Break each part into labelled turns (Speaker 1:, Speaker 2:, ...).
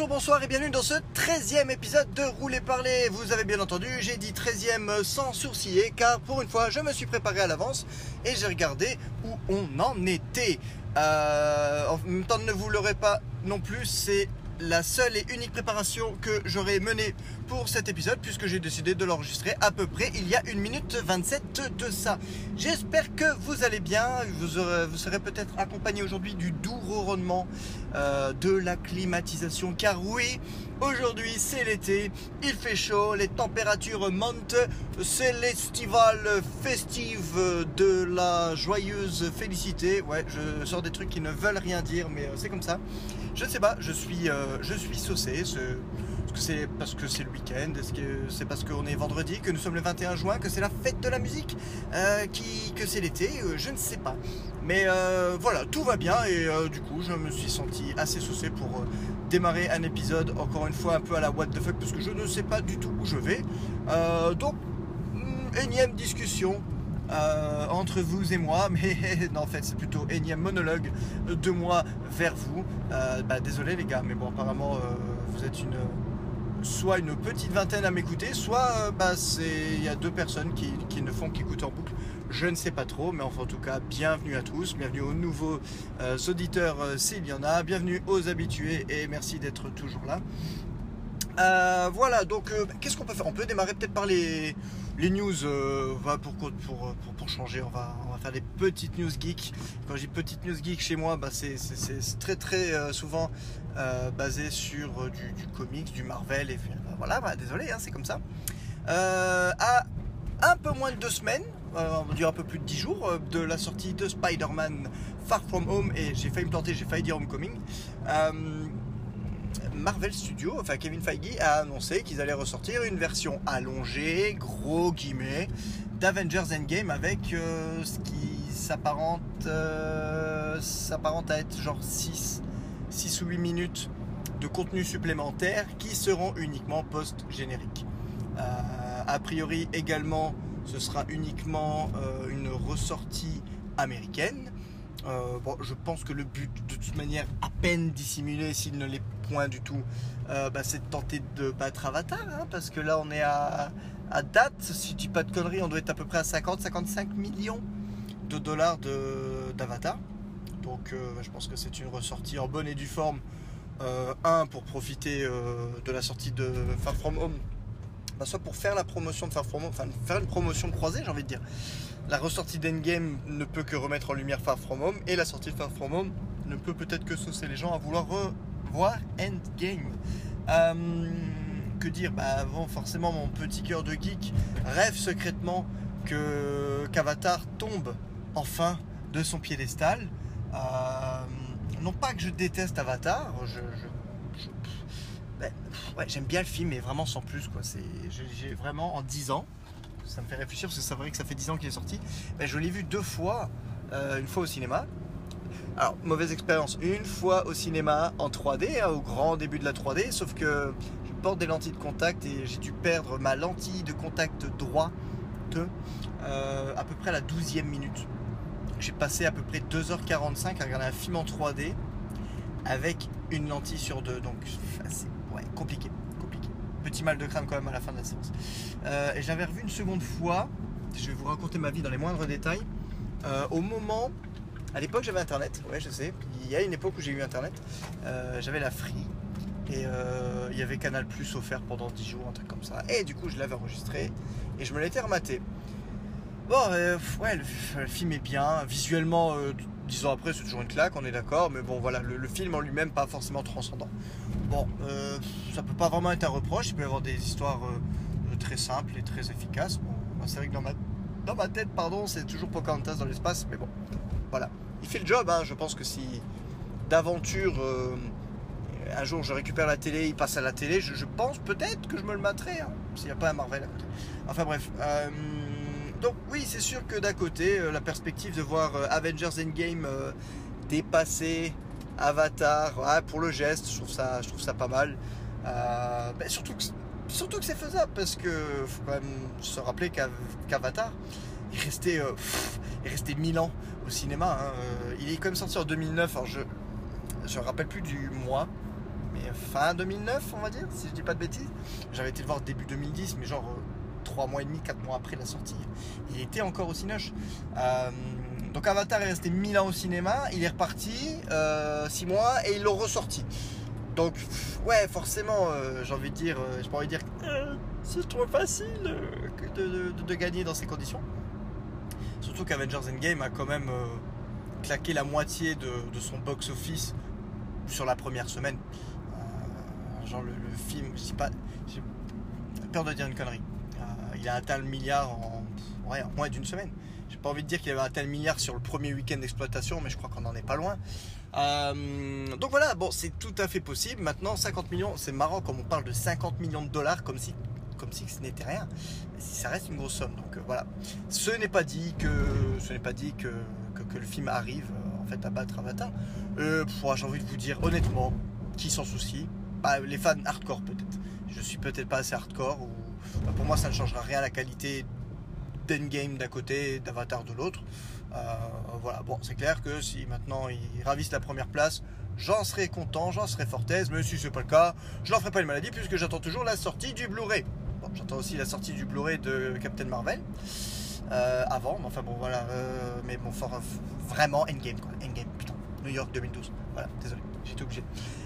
Speaker 1: Bonjour, bonsoir et bienvenue dans ce 13e épisode de Rouler Parler. Vous avez bien entendu, j'ai dit 13e sans sourciller car pour une fois je me suis préparé à l'avance et j'ai regardé où on en était. En même temps, ne vous l'aurez pas non plus, c'est la seule et unique préparation que j'aurais menée pour cet épisode puisque j'ai décidé de l'enregistrer à peu près il y a 1 minute 27 de ça. J'espère que vous allez bien, vous serez peut-être accompagné aujourd'hui du doux ronronnement de la climatisation car oui, aujourd'hui c'est l'été, il fait chaud, les températures montent, c'est l'estival festive de la joyeuse félicité. Ouais, je sors des trucs qui ne veulent rien dire mais c'est comme ça. Je ne sais pas, je suis saucé. Est-ce que c'est parce que c'est le week-end? Est-ce que c'est parce qu'on est vendredi, que nous sommes le 21 juin, que c'est la fête de la musique, que c'est l'été? Je ne sais pas. Mais voilà, tout va bien et du coup, je me suis senti assez saucé pour démarrer un épisode, encore une fois, un peu à la what the fuck, parce que je ne sais pas du tout où je vais. Donc, énième discussion entre vous et moi, mais non, en fait c'est plutôt énième monologue de moi vers vous. Désolé les gars, mais bon, apparemment vous êtes soit une petite vingtaine à m'écouter, soit il y a 2 personnes qui ne font qu'écouter en boucle. Je ne sais pas trop, mais enfin en tout cas, bienvenue à tous, bienvenue aux nouveaux auditeurs s'il y en a, bienvenue aux habitués et merci d'être toujours là. Voilà, donc qu'est-ce qu'on peut faire? On peut démarrer peut-être par les news, pour changer, on va faire des petites news geeks. Quand je dis petites news geeks chez moi, c'est très souvent basé sur du comics, du Marvel, et voilà, désolé, hein, c'est comme ça. À un peu moins de 2 semaines, on va dire un peu plus de 10 jours, de la sortie de Spider-Man Far From Home, et j'ai failli me planter, j'ai failli dire Homecoming. Marvel Studios, enfin Kevin Feige a annoncé qu'ils allaient ressortir une version allongée, gros guillemets, d'Avengers Endgame avec ce qui s'apparente à être genre 6 ou 8 minutes de contenu supplémentaire qui seront uniquement post-générique. A priori également, ce sera uniquement une ressortie américaine. Je pense que le but, de toute manière, à peine dissimulé, s'il ne l'est point du tout, c'est de tenter de battre Avatar, hein, parce que là on est à date, si je dis pas de conneries, on doit être à peu près à 50-55 millions de dollars d'Avatar. Donc je pense que c'est une ressortie en bonne et due forme. Pour profiter de la sortie de Far From Home, soit pour faire la promotion de Far From Home, enfin faire une promotion croisée, j'ai envie de dire. La ressortie d'Endgame ne peut que remettre en lumière Far From Home, et la sortie de Far From Home ne peut peut-être que saucer les gens à vouloir revoir Endgame. Que dire? Forcément, mon petit cœur de geek rêve secrètement qu'Avatar tombe enfin de son piédestal. Non pas que je déteste Avatar, j'aime bien le film, mais vraiment sans plus, quoi. J'ai vraiment, en 10 ans, ça me fait réfléchir parce que c'est vrai que ça fait 10 ans qu'il est sorti, je l'ai vu 2 fois, une fois au cinéma. Alors, mauvaise expérience, une fois au cinéma en 3D, au grand début de la 3D, sauf que je porte des lentilles de contact et j'ai dû perdre ma lentille de contact droit à peu près à la 12e minute. J'ai passé à peu près 2h45 à regarder un film en 3D avec une lentille sur 2, donc c'est compliqué. Petit mal de crâne quand même à la fin de la séance. Et je l'avais revu une seconde fois. Je vais vous raconter ma vie dans les moindres détails. Au moment, à l'époque j'avais internet, ouais je sais, il y a une époque où j'ai eu internet, j'avais la Free et il y avait Canal Plus offert pendant 10 jours, un truc comme ça, et du coup je l'avais enregistré et je me l'étais rematé. Le film est bien, visuellement 10 ans après c'est toujours une claque, on est d'accord, mais bon voilà, le film en lui-même pas forcément transcendant. Ça peut pas vraiment être un reproche, il peut y avoir des histoires très simples et très efficaces. C'est vrai que dans ma tête, c'est toujours Pocahontas dans l'espace, mais bon, voilà. Il fait le job, hein. Je pense que si d'aventure, un jour je récupère la télé, il passe à la télé, je pense peut-être que je me le materai, hein, s'il n'y a pas un Marvel à côté. Enfin bref, donc oui, c'est sûr que d'un côté, la perspective de voir Avengers Endgame dépasser Avatar, pour le geste, je trouve ça pas mal. Surtout que c'est faisable, parce que faut quand même se rappeler qu'Avatar il restait 1000 ans au cinéma, hein. Il est quand même sorti en 2009, alors je me rappelle plus du mois, mais fin 2009, on va dire, si je dis pas de bêtises. J'avais été le voir début 2010, mais genre 3 mois et demi, 4 mois après la sortie. Il était encore au cinoche. Donc Avatar est resté 1000 ans au cinéma, il est reparti 6 mois et ils l'ont ressorti. Donc ouais, forcément, j'ai envie de dire, j'ai pas envie de dire c'est trop facile de gagner dans ces conditions. Surtout qu'Avengers Endgame a quand même claqué la moitié de son box-office sur la première semaine. Genre le film, j'ai peur de dire une connerie. Il a atteint le milliard en moins d'une semaine. J'ai pas envie de dire qu'il avait atteint le milliard sur le premier week-end d'exploitation, mais je crois qu'on n'en est pas loin. Donc voilà, bon, c'est tout à fait possible. Maintenant, 50 millions, c'est marrant comme on parle de 50 millions de dollars comme si ce n'était rien. Ça reste une grosse somme. Donc voilà, ce n'est pas dit que le film arrive en fait à battre Avatar. J'ai envie de vous dire honnêtement, qui s'en soucie? Les fans hardcore peut-être. Je suis peut-être pas assez hardcore. Pour moi, ça ne changera rien à la qualité d'Endgame d'un côté et d'Avatar de l'autre. Voilà, bon, c'est clair que si maintenant ils ravissent la première place, j'en serais content, j'en serais fort aise, mais si c'est pas le cas, je n'en ferai pas une maladie puisque j'attends toujours la sortie du Blu-ray. Bon, j'attends aussi la sortie du Blu-ray de Captain Marvel avant, mais enfin bon voilà, mais bon, vraiment Endgame quoi, Endgame, putain, New York 2012, voilà, désolé, j'étais obligé.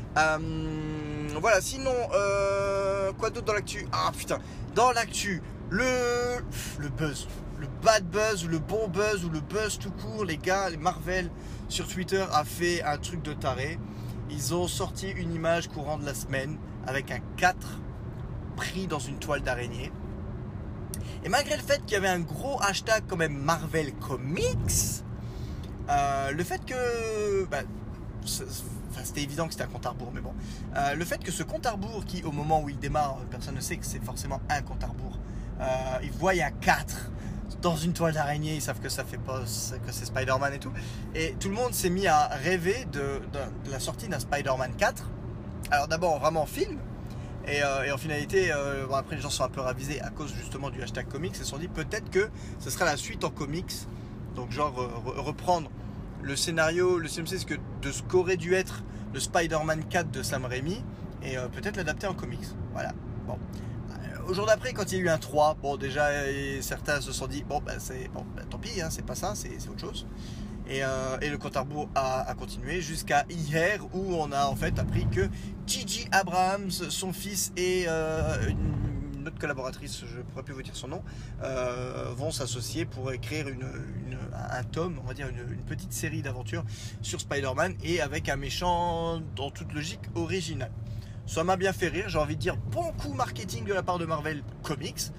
Speaker 1: Voilà, sinon, quoi d'autre dans l'actu? Ah putain, dans l'actu, le buzz, le bad buzz, le bon buzz ou le buzz tout court, les gars, les Marvel sur Twitter a fait un truc de taré. Ils ont sorti une image courant de la semaine avec un 4 pris dans une toile d'araignée. Et malgré le fait qu'il y avait un gros hashtag quand même Marvel Comics, le fait que... c'était évident que c'était un compte à rebours, mais bon. Le fait que ce compte à rebours, qui au moment où il démarre, personne ne sait que c'est forcément un compte à rebours, ils voient un 4 dans une toile d'araignée, ils savent que ça fait pas, que c'est Spider-Man et tout. Et tout le monde s'est mis à rêver de la sortie d'un Spider-Man 4. Alors d'abord vraiment film, et en finalité, après les gens sont un peu ravisés à cause justement du hashtag comics, et se sont dit peut-être que ce sera la suite en comics. Donc genre reprendre le scénario, le synopsis de ce qu'aurait dû être le Spider-Man 4 de Sam Raimi et peut-être l'adapter en comics. Voilà. Bon. Au jour d'après, quand il y a eu un 3, bon déjà certains se sont dit tant pis, hein, c'est pas ça, c'est autre chose. Et le compte à rebours a continué jusqu'à hier où on a en fait appris que J.J. Abrams, son fils et une autre collaboratrice, je ne pourrais plus vous dire son nom, vont s'associer pour écrire un tome, on va dire une petite série d'aventures sur Spider-Man et avec un méchant dans toute logique original. Ça m'a bien fait rire, j'ai envie de dire bon coup marketing de la part de Marvel Comics,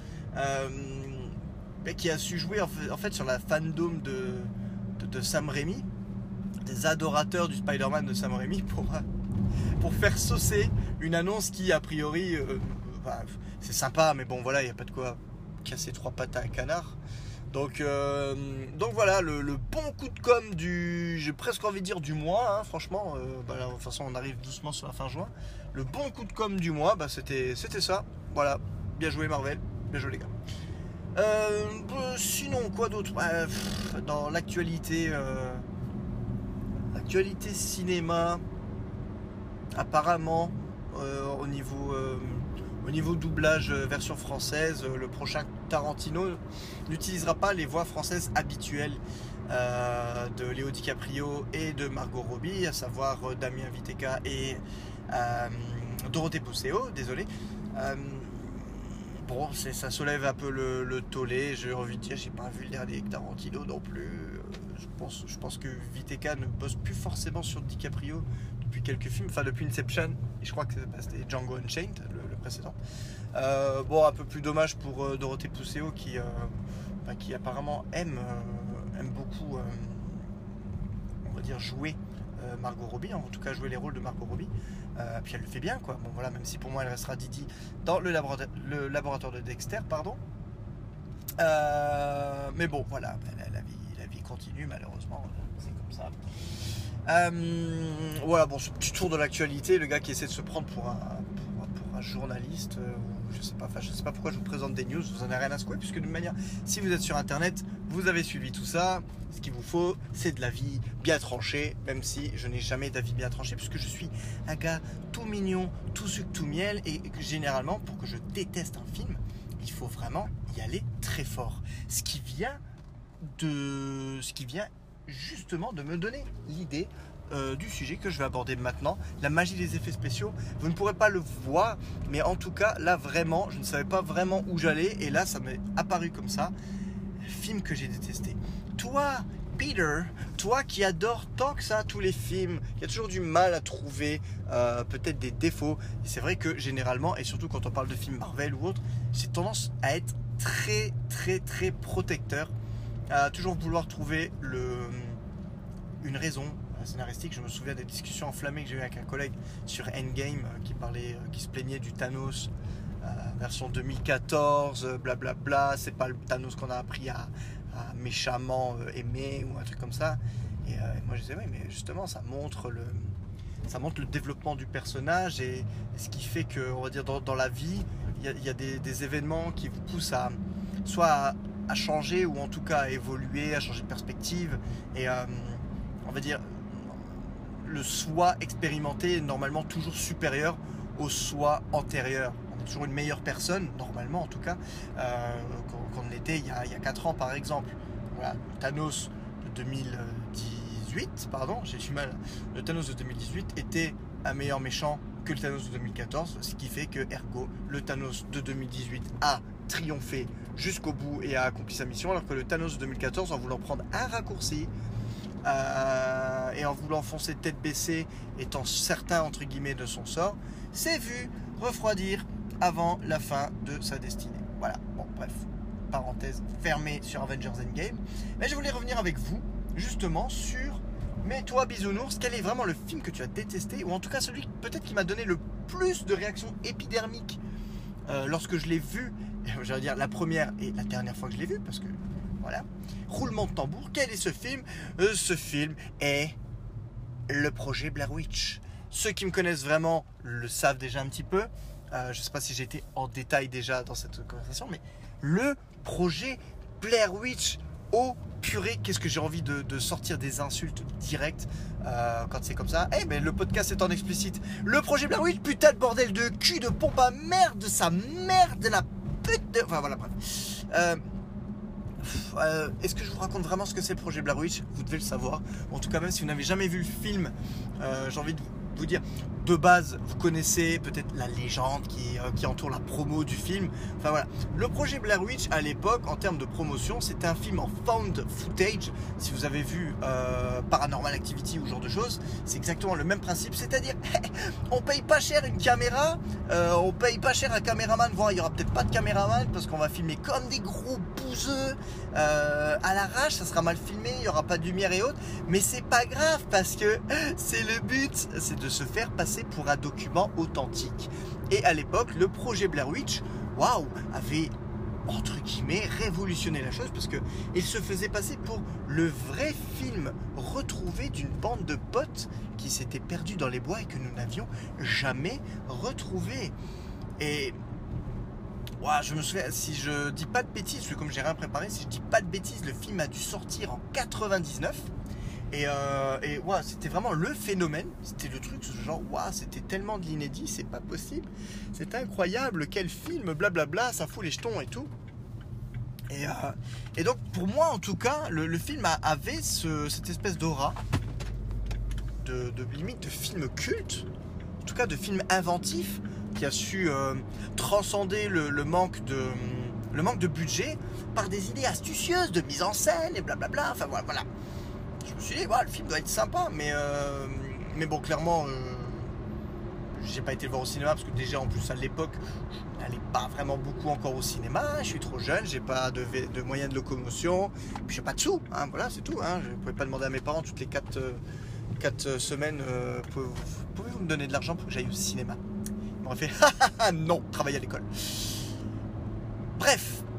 Speaker 1: qui a su jouer en fait sur la fandom de Sam Raimi, des adorateurs du Spider-Man de Sam Raimi pour faire saucer une annonce qui a priori c'est sympa, mais bon voilà, il n'y a pas de quoi casser 3 pattes à un canard. Donc voilà, le bon coup de com' j'ai presque envie de dire du mois, hein, franchement, de toute façon on arrive doucement sur la fin juin. Le bon coup de com' du mois, c'était ça, voilà, bien joué Marvel, bien joué les gars. Sinon, quoi d'autre? Dans l'actualité cinéma, apparemment, au niveau doublage version française, le prochain Tarantino n'utilisera pas les voix françaises habituelles de Léo DiCaprio et de Margot Robbie, à savoir Damien Viteka et Dorothée Pousseau, désolé. Bon, ça soulève un peu le tollé, j'ai envie de dire, j'ai pas vu le dernier Tarantino non plus. Je pense que Viteka ne bosse plus forcément sur DiCaprio depuis quelques films, enfin depuis Inception, et je crois que c'était Django Unchained, le précédent. Bon, un peu plus dommage pour Dorothée Pousseau qui apparemment aime beaucoup, on va dire, jouer Margot Robbie, en tout cas jouer les rôles de Margot Robbie, puis elle le fait bien quoi. Bon voilà, même si pour moi elle restera Didi dans le laboratoire de Dexter, pardon. Mais bon voilà, la vie continue malheureusement, c'est comme ça. Voilà, bon, ce petit tour de l'actualité, le gars qui essaie de se prendre pour un journaliste, je sais pas pourquoi je vous présente des news, vous en avez rien à secouer, puisque de toute manière, si vous êtes sur internet, vous avez suivi tout ça. Ce qu'il vous faut, c'est de l'avis bien tranché, même si je n'ai jamais d'avis bien tranché, puisque je suis un gars tout mignon, tout sucre, tout miel, et généralement, pour que je déteste un film, il faut vraiment y aller très fort. Ce qui vient justement de me donner l'idée du sujet que je vais aborder maintenant, la magie des effets spéciaux. Vous ne pourrez pas le voir, mais en tout cas, là vraiment, je ne savais pas vraiment où j'allais, et là, ça m'est apparu comme ça. Film que j'ai détesté. Toi, Peter, toi qui adores tant que ça tous les films, qui a toujours du mal à trouver peut-être des défauts, et c'est vrai que généralement, et surtout quand on parle de films Marvel ou autres, j'ai tendance à être très très très protecteur, à toujours vouloir trouver une raison scénaristique. Je me souviens des discussions enflammées que j'ai eues avec un collègue sur Endgame qui se plaignait du Thanos version 2014, blablabla, c'est pas le Thanos qu'on a appris à méchamment aimer ou un truc comme ça. Et moi je disais oui, mais justement ça montre le développement du personnage, et ce qui fait que, on va dire, dans la vie il y a des événements qui vous poussent soit à changer, ou en tout cas à évoluer, à changer de perspective, et on va dire le soi expérimenté est normalement toujours supérieur au soi antérieur. On est toujours une meilleure personne, normalement en tout cas, qu'on l'était il y a 4 ans par exemple. Voilà, le Thanos de 2018, pardon, j'ai du mal. Le Thanos de 2018 était un meilleur méchant que le Thanos de 2014, ce qui fait que, ergo, le Thanos de 2018 a triomphé jusqu'au bout et a accompli sa mission, alors que le Thanos de 2014, en voulant prendre un raccourci, et en voulant foncer tête baissée, étant certain entre guillemets de son sort, s'est vu refroidir avant la fin de sa destinée. Voilà, bon bref, parenthèse fermée sur Avengers Endgame. Mais je voulais revenir avec vous justement sur, mais toi Bisounours, quel est vraiment le film que tu as détesté, ou en tout cas celui peut-être qui m'a donné le plus de réactions épidermiques lorsque je l'ai vu, j'allais dire la première et la dernière fois que je l'ai vu, parce que voilà. Roulement de tambour, quel est ce film? Ce film est le projet Blair Witch. Ceux qui me connaissent vraiment le savent déjà un petit peu. Je ne sais pas si j'ai été en détail déjà dans cette conversation, mais le projet Blair Witch, oh purée, qu'est-ce que j'ai envie de sortir des insultes directes quand c'est comme ça. Eh ben le podcast est en explicite. Le projet Blair Witch, putain de bordel de cul, de pompe à merde, sa merde, la pute de... Enfin voilà, bref. Est-ce que je vous raconte vraiment ce que c'est le projet Blair Witch? Vous devez le savoir. En tout cas, même si vous n'avez jamais vu le film, j'ai envie de vous dire, de base, vous connaissez peut-être la légende qui entoure la promo du film. Enfin voilà, le projet Blair Witch à l'époque, en termes de promotion, c'était un film en found footage. Si vous avez vu Paranormal Activity ou ce genre de choses, c'est exactement le même principe. C'est-à-dire, on paye pas cher une caméra, on paye pas cher un caméraman. Voilà, il y aura peut-être pas de caméraman parce qu'on va filmer comme des gros bouseux à l'arrache. Ça sera mal filmé, il y aura pas de lumière et autres. Mais c'est pas grave parce que c'est le but, c'est de se faire passer pour un document authentique. Et à l'époque, le projet Blair Witch, waouh, avait entre guillemets révolutionné la chose, parce que il se faisait passer pour le vrai film retrouvé d'une bande de potes qui s'étaient perdus dans les bois et que nous n'avions jamais retrouvé. Et ouah, je me souviens, si je dis pas de bêtises, comme j'ai rien préparé, si je dis pas de bêtises, le film a dû sortir en 99. Et ouais, c'était vraiment le phénomène. C'était le truc, genre, waouh, c'était tellement de l'inédit, c'est pas possible. C'est incroyable, quel film, blablabla, ça fout les jetons et tout. Et donc, pour moi, en tout cas, le film avait cette espèce d'aura de limite de film culte, en tout cas de film inventif, qui a su transcender le manque de budget par des idées astucieuses de mise en scène et blablabla. Enfin voilà. Je me suis dit, le film doit être sympa, mais bon, clairement, j'ai pas été le voir au cinéma parce que déjà, en plus, à l'époque, je n'allais pas vraiment beaucoup encore au cinéma. Je suis trop jeune, j'ai pas de moyens de locomotion, puis j'ai pas de sous, hein, voilà, c'est tout. Hein, je pouvais pas demander à mes parents toutes les 4 semaines, pouvez-vous me donner de l'argent pour que j'aille au cinéma? Ils m'auraient fait, non, travailler à l'école. Bref,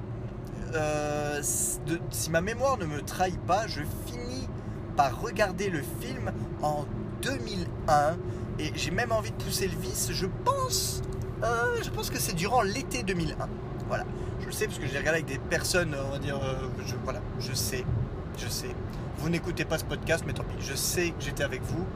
Speaker 1: si ma mémoire ne me trahit pas, je finis par regarder le film en 2001 et j'ai même envie de pousser le vice. Je pense Je pense que c'est durant l'été 2001. Voilà, je le sais parce que j'ai regardé avec des personnes, on va dire, voilà, je sais. Vous n'écoutez pas ce podcast, mais tant pis, je sais que j'étais avec vous.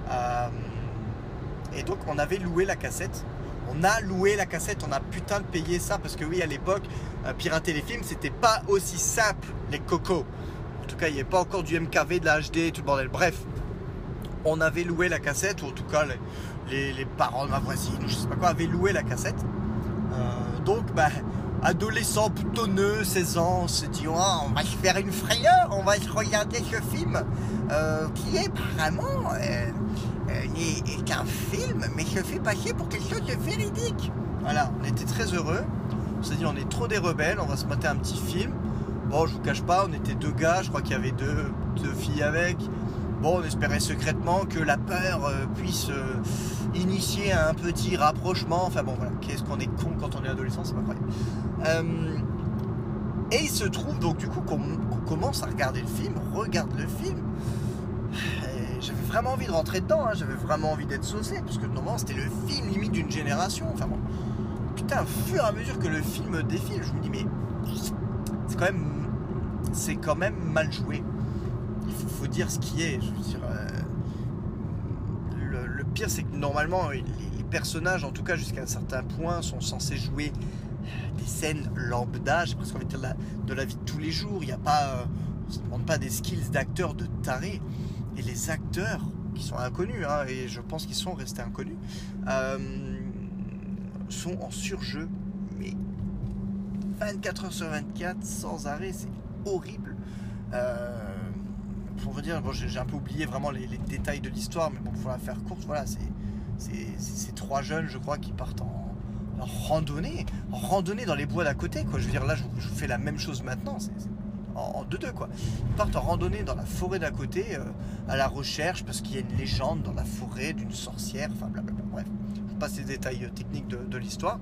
Speaker 1: Et donc, on avait loué la cassette. On a loué la cassette, on a putain de payé ça parce que oui, à l'époque, pirater les films, c'était pas aussi simple, les cocos. En tout cas, il n'y avait pas encore du MKV, de la HD, tout le bordel. Bref, on avait loué la cassette, ou en tout cas, les parents de ma voisine, je sais pas quoi, avaient loué la cassette. Donc, adolescent boutonneux, 16 ans, on se dit, oh, on va se faire une frayeur, on va se regarder ce film qui est apparemment est un film, mais se fait passer pour quelque chose de véridique. Voilà, on était très heureux. On s'est dit, on est trop des rebelles, on va se mater un petit film. Bon, je vous cache pas, on était 2 gars, je crois qu'il y avait deux filles avec. Bon, on espérait secrètement que la peur puisse initier un petit rapprochement. Enfin bon, voilà, qu'est-ce qu'on est con quand on est adolescent, c'est pas incroyable. Et il se trouve donc du coup qu'on commence à regarder le film, on regarde le film. Et j'avais vraiment envie de rentrer dedans, j'avais vraiment envie d'être saucé, parce que normalement c'était le film limite d'une génération. Enfin bon, putain, au fur et à mesure que le film défile, je me dis mais c'est quand même mal joué. Il faut dire ce qui est. Je veux dire, le pire, c'est que normalement, les personnages, en tout cas jusqu'à un certain point, sont censés jouer des scènes lambda. J'ai presque envie de dire de la vie de tous les jours. Il n'y a pas, on ne se demande pas des skills d'acteurs de tarés. Et les acteurs qui sont inconnus, et je pense qu'ils sont restés inconnus, sont en surjeu, mais 24 heures sur 24, sans arrêt. C'est horrible. Pour vous dire, bon, j'ai un peu oublié vraiment les détails de l'histoire, mais bon, pour la faire courte, voilà, c'est 3 jeunes, je crois, qui partent en randonnée dans les bois d'à côté, quoi. Je veux dire, là, je fais la même chose maintenant, en 2-2, quoi. Ils partent en randonnée dans la forêt d'à côté, à la recherche, parce qu'il y a une légende dans la forêt d'une sorcière, enfin, blablabla. Bref, je passe les détails techniques de l'histoire.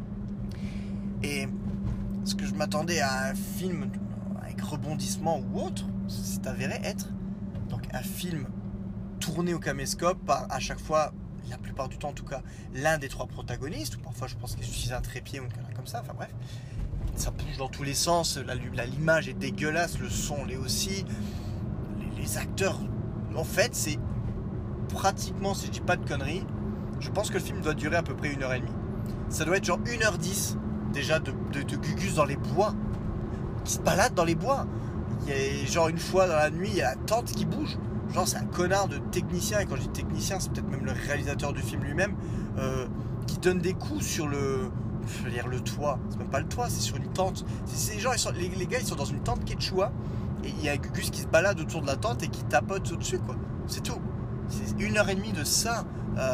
Speaker 1: Et ce que je m'attendais à un film avec rebondissement ou autre, c'est avéré être donc un film tourné au caméscope par à chaque fois, la plupart du temps en tout cas, l'un des 3 protagonistes, ou parfois je pense qu'il suffisait un trépied ou une connerie comme ça, enfin bref, ça bouge dans tous les sens, l'image est dégueulasse, le son l'est aussi, les acteurs, en fait c'est pratiquement, si je dis pas de conneries, je pense que le film doit durer à peu près 1h30, ça doit être genre 1h10 déjà de Gugus dans les bois, qui se balade dans les bois. Il y a genre une fois dans la nuit, il y a la tente qui bouge. Genre c'est un connard de technicien, et quand je dis technicien, c'est peut-être même le réalisateur du film lui-même, qui donne des coups sur le toit. C'est même pas le toit, c'est sur une tente. Les gars, ils sont dans une tente quechua, et il y a Gugus qui se balade autour de la tente et qui tapote au-dessus, quoi. C'est tout. C'est 1h30 de ça.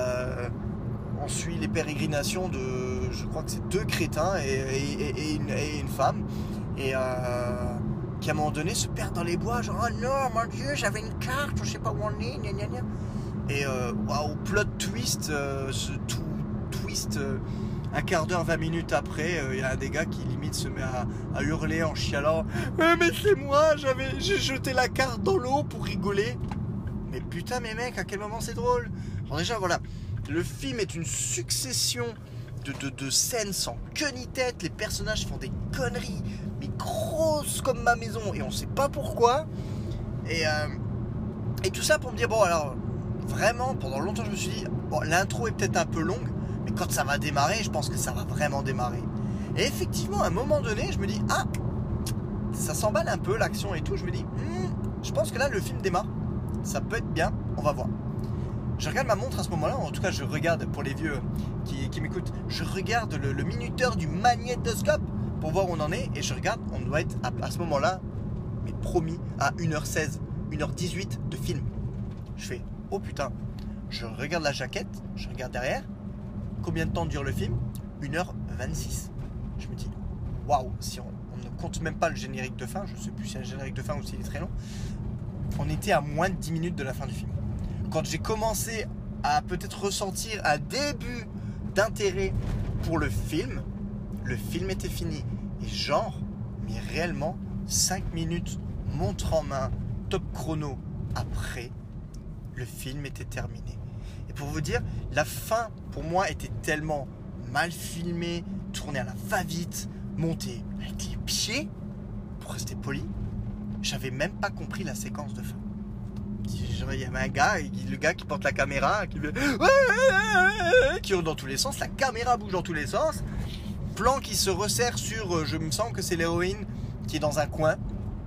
Speaker 1: On suit les pérégrinations de, je crois que c'est 2 crétins et une femme, et qui à un moment donné se perdent dans les bois, genre oh non mon dieu, j'avais une carte, je sais pas où on est, gna gna gna. Et waouh, plot twist, tout twist, un quart d'heure, 20 minutes après, il y a un des gars qui limite se met à hurler en chialant, mais c'est moi, j'ai jeté la carte dans l'eau pour rigoler. Mais putain, mes mecs, à quel moment c'est drôle. Alors déjà voilà, le film est une succession de scènes sans queue ni tête, les personnages font des conneries mais grosses comme ma maison et on sait pas pourquoi, et tout ça pour me dire bon, alors vraiment pendant longtemps je me suis dit bon, l'intro est peut-être un peu longue, mais quand ça va démarrer, je pense que ça va vraiment démarrer. Et effectivement à un moment donné je me dis ça s'emballe un peu l'action et tout, je me dis je pense que là le film démarre, ça peut être bien, on va voir. Je regarde ma montre à ce moment-là, en tout cas je regarde, pour les vieux qui m'écoutent, je regarde le minuteur du magnétoscope pour voir où on en est, et je regarde, on doit être à ce moment-là, mais promis, à 1h16, 1h18 de film. Je fais, oh putain, je regarde la jaquette, je regarde derrière, combien de temps dure le film? 1h26. Je me dis, waouh, si on ne compte même pas le générique de fin, je ne sais plus si c'est un générique de fin ou s'il est très long, on était à moins de 10 minutes de la fin du film. Quand j'ai commencé à peut-être ressentir un début d'intérêt pour le film était fini. Et genre, mais réellement, 5 minutes, montre en main, top chrono, après, le film était terminé. Et pour vous dire, la fin, pour moi, était tellement mal filmé, tourné à la va-vite, monté avec les pieds, pour rester poli. J'avais même pas compris la séquence de fin. Genre, il y avait un gars, le gars qui porte la caméra, qui hurle dans tous les sens, la caméra bouge dans tous les sens, plan qui se resserre sur, je me sens que c'est l'héroïne qui est dans un coin,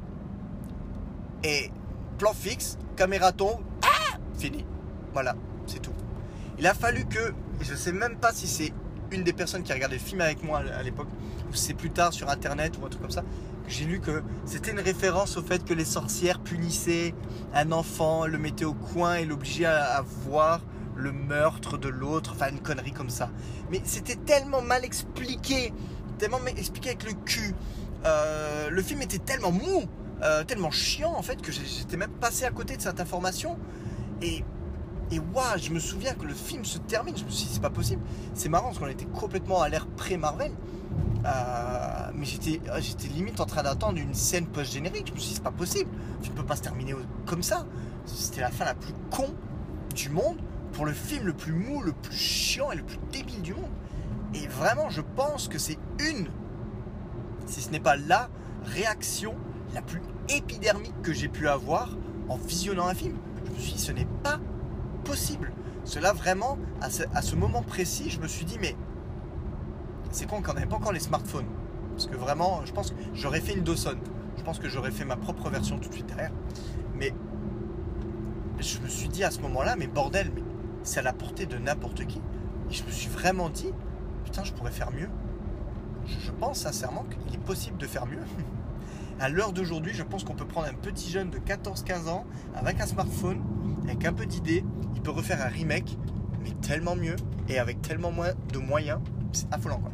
Speaker 1: et plan fixe, caméra tombe, fini. Voilà, c'est tout. Il a fallu que, et je sais même pas si c'est une des personnes qui a regardé le film avec moi à l'époque, ou c'est plus tard sur internet ou un truc comme ça, que j'ai lu que c'était une référence au fait que les sorcières punissaient un enfant, le mettaient au coin et l'obligeaient à voir le meurtre de l'autre, enfin une connerie comme ça. Mais c'était tellement mal expliqué avec le cul. Le film était tellement mou, tellement chiant en fait, que j'étais même passé à côté de cette information. Et waouh, je me souviens que le film se termine, je me suis dit c'est pas possible. C'est marrant parce qu'on était complètement à l'ère pré-Marvel. Mais j'étais limite en train d'attendre une scène post-générique. Je me suis dit c'est pas possible, le film peut pas se terminer comme ça. C'était la fin la plus con du monde pour le film le plus mou, le plus chiant et le plus débile du monde. Et vraiment je pense que c'est si ce n'est pas la réaction la plus épidermique que j'ai pu avoir en visionnant un film. Je me suis dit ce n'est pas possible. Cela vraiment, à ce moment précis, je me suis dit mais c'est con qu'on n'avait pas encore les smartphones. Parce que vraiment, je pense que j'aurais fait une Dawson. Je pense que j'aurais fait ma propre version tout de suite derrière. Mais je me suis dit à ce moment-là, mais bordel, mais c'est à la portée de n'importe qui. Et je me suis vraiment dit, putain, je pourrais faire mieux. Je pense sincèrement qu'il est possible de faire mieux. À l'heure d'aujourd'hui, je pense qu'on peut prendre un petit jeune de 14-15 ans avec un smartphone, avec un peu d'idées, il peut refaire un remake, mais tellement mieux et avec tellement moins de moyens, c'est affolant quoi.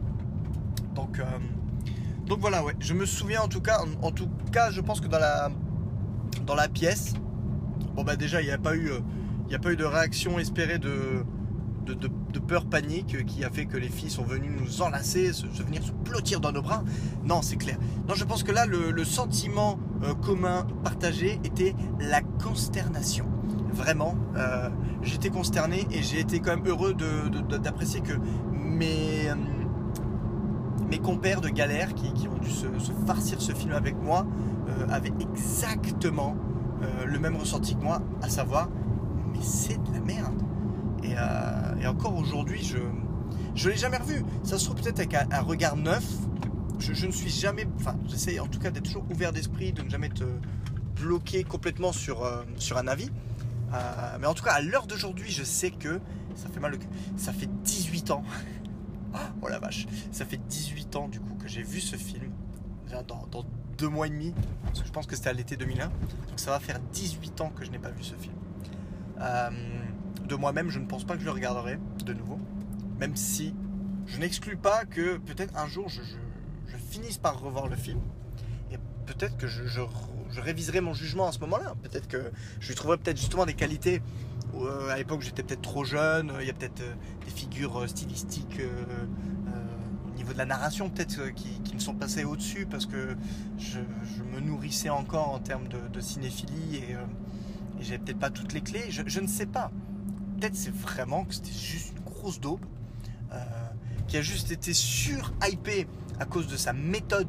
Speaker 1: Donc voilà, ouais. Je me souviens en tout cas, je pense que dans la pièce, bon bah déjà il n'y a pas eu de réaction espérée de peur panique qui a fait que les filles sont venues nous enlacer, venir se blottir dans nos bras. Non, c'est clair. Non, je pense que là le sentiment commun partagé était la consternation. Vraiment, j'étais consterné et j'ai été quand même heureux d'apprécier que mes compères de galère qui ont dû se farcir ce film avec moi avaient exactement le même ressenti que moi, à savoir mais c'est de la merde. Et encore aujourd'hui je l'ai jamais revu. Ça se trouve peut-être avec un regard neuf. Je ne suis jamais, enfin j'essaie en tout cas d'être toujours ouvert d'esprit, de ne jamais te bloquer complètement sur un avis. Mais en tout cas à l'heure d'aujourd'hui je sais que ça fait mal au cul. Ça fait 18 ans. Oh la vache, ça fait 18 ans du coup que j'ai vu ce film, dans 2 mois et demi, parce que je pense que c'était à l'été 2001, donc ça va faire 18 ans que je n'ai pas vu ce film. De moi-même, je ne pense pas que je le regarderai de nouveau, même si je n'exclus pas que peut-être un jour je finisse par revoir le film, et peut-être que je réviserai mon jugement à ce moment-là, peut-être que je lui trouverai peut-être justement des qualités. À l'époque j'étais peut-être trop jeune, il y a peut-être des figures stylistiques au niveau de la narration peut-être qui me sont passées au-dessus parce que je me nourrissais encore en termes de cinéphilie et j'avais peut-être pas toutes les clés, je ne sais pas. Peut-être c'est vraiment que c'était juste une grosse daube qui a juste été sur-hypée à cause de sa méthode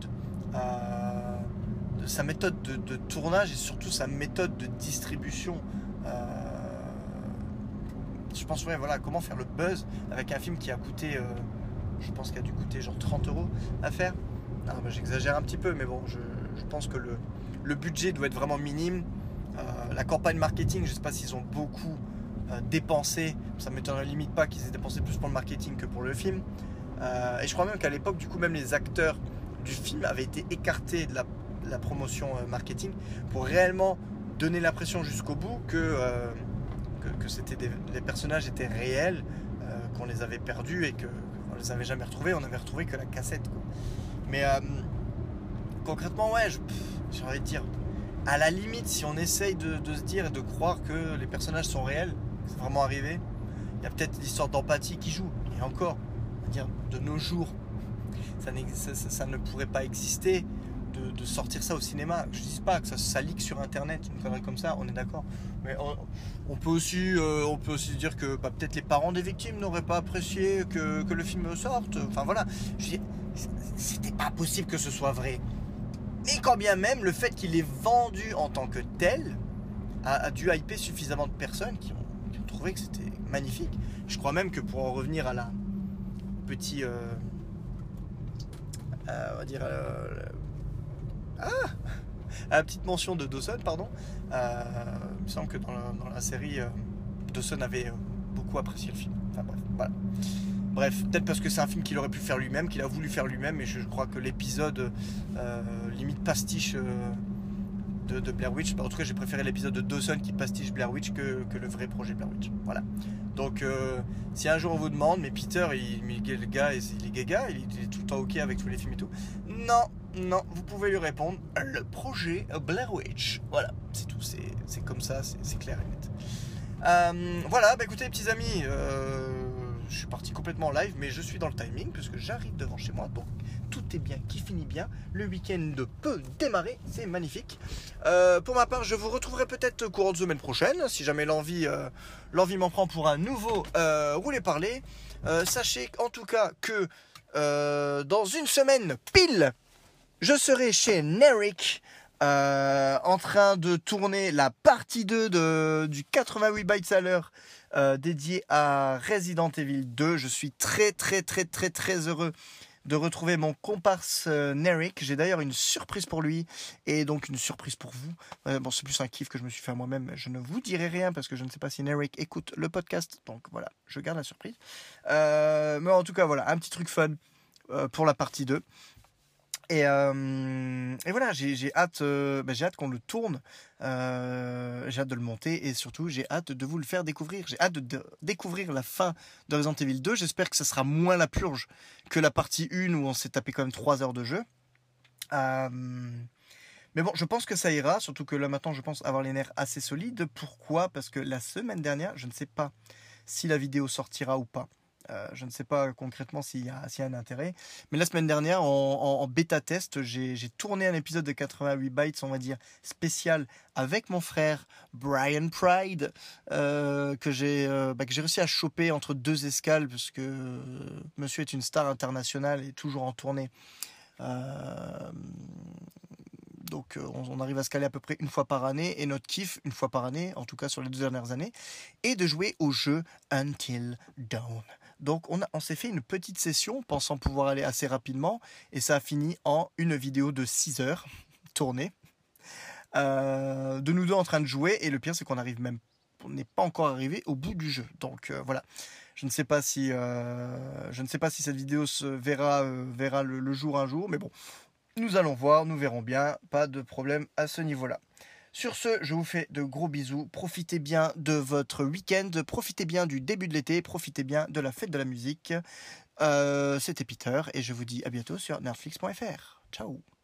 Speaker 1: de tournage et surtout sa méthode de distribution. Je pense ouais, voilà, comment faire le buzz avec un film qui a coûté je pense qu'il a dû coûter genre 30 € à faire. Non, bah, j'exagère un petit peu mais bon je pense que le budget doit être vraiment minime. La campagne marketing, je ne sais pas s'ils ont beaucoup dépensé, ça ne m'étonnerait limite pas qu'ils aient dépensé plus pour le marketing que pour le film. Et je crois même qu'à l'époque du coup même les acteurs du film avaient été écartés de la promotion marketing pour réellement donner l'impression jusqu'au bout que les personnages étaient réels, qu'on les avait perdus et qu'on les avait jamais retrouvés. On avait retrouvé que la cassette quoi. Mais concrètement ouais, j'ai envie de dire à la limite si on essaye de se dire et de croire que les personnages sont réels, que c'est vraiment arrivé, il y a peut-être l'histoire d'empathie qui joue. Et encore, on va dire de nos jours ça ne pourrait pas exister de sortir ça au cinéma. Je dis pas que ça leak sur internet, une connerie comme ça, on est d'accord. Mais on peut aussi se dire que peut-être les parents des victimes n'auraient pas apprécié que le film sorte. Enfin voilà, je dis, c'était pas possible que ce soit vrai. Et quand bien même, le fait qu'il est vendu en tant que tel a dû hyper suffisamment de personnes qui ont trouvé que c'était magnifique. Je crois même que pour en revenir à la petite... on va dire... à la petite mention de Dawson, pardon. Il me semble que dans la série, Dawson avait beaucoup apprécié le film. Enfin bref, voilà. Bref, peut-être parce que c'est un film qu'il aurait pu faire lui-même, qu'il a voulu faire lui-même, et je crois que l'épisode limite pastiche de Blair Witch, en tout cas j'ai préféré l'épisode de Dawson qui pastiche Blair Witch que le vrai projet Blair Witch. Voilà. Donc si un jour on vous demande, mais Peter, le gars, il est gaga, il est tout le temps ok avec tous les films et tout. Non, vous pouvez lui répondre, le projet Blair Witch. Voilà, c'est tout, c'est comme ça, c'est clair et net. Voilà, écoutez les petits amis, je suis parti complètement en live, mais je suis dans le timing puisque j'arrive devant chez moi, donc tout est bien, qui finit bien. Le week-end peut démarrer, c'est magnifique. Pour ma part, je vous retrouverai peut-être courant de semaine prochaine, si jamais l'envie m'en prend pour un nouveau Rouler Parler. Sachez en tout cas que dans une semaine pile, je serai chez Neric en train de tourner la partie 2 du 88 bytes à l'heure dédié à Resident Evil 2. Je suis très heureux de retrouver mon comparse Neric. J'ai d'ailleurs une surprise pour lui et donc une surprise pour vous. Bon, c'est plus un kiff que je me suis fait à moi-même. Je ne vous dirai rien parce que je ne sais pas si Neric écoute le podcast. Donc voilà, je garde la surprise. Mais en tout cas, voilà, un petit truc fun pour la partie 2. Et voilà, j'ai hâte qu'on le tourne, j'ai hâte de le monter et surtout j'ai hâte de vous le faire découvrir. J'ai hâte de découvrir la fin de Resident Evil 2. J'espère que ça sera moins la purge que la partie 1 où on s'est tapé quand même 3 heures de jeu. Mais bon, je pense que ça ira, surtout que là maintenant je pense avoir les nerfs assez solides. Pourquoi ? Parce que la semaine dernière, je ne sais pas si la vidéo sortira ou pas. Je ne sais pas concrètement s'il y a un intérêt. Mais la semaine dernière, en bêta test, j'ai tourné un épisode de 88 bytes, on va dire, spécial avec mon frère Brian Pride, que j'ai réussi à choper entre 2 escales, parce que monsieur est une star internationale et toujours en tournée. Donc on arrive à se caler à peu près une fois par année, et notre kiff, une fois par année, en tout cas sur les 2 dernières années, est de jouer au jeu Until Dawn. Donc on s'est fait une petite session pensant pouvoir aller assez rapidement, et ça a fini en une vidéo de 6 heures tournée, de nous deux en train de jouer, et le pire c'est qu'on n'est pas encore arrivé au bout du jeu. Donc voilà. Je ne sais pas si cette vidéo verra le jour un jour, mais bon. Nous allons voir, nous verrons bien, pas de problème à ce niveau-là. Sur ce, je vous fais de gros bisous, profitez bien de votre week-end, profitez bien du début de l'été, profitez bien de la fête de la musique. C'était Peter et je vous dis à bientôt sur nerdflix.fr. Ciao.